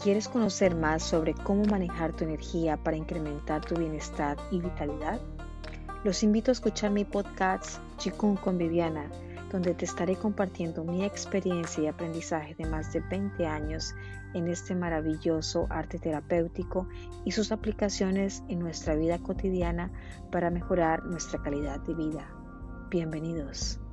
¿Quieres conocer más sobre cómo manejar tu energía para incrementar tu bienestar y vitalidad? Los invito a escuchar mi podcast Qigong con Viviana, donde te estaré compartiendo mi experiencia y aprendizaje de más de 20 años en este maravilloso arte terapéutico y sus aplicaciones en nuestra vida cotidiana para mejorar nuestra calidad de vida. Bienvenidos.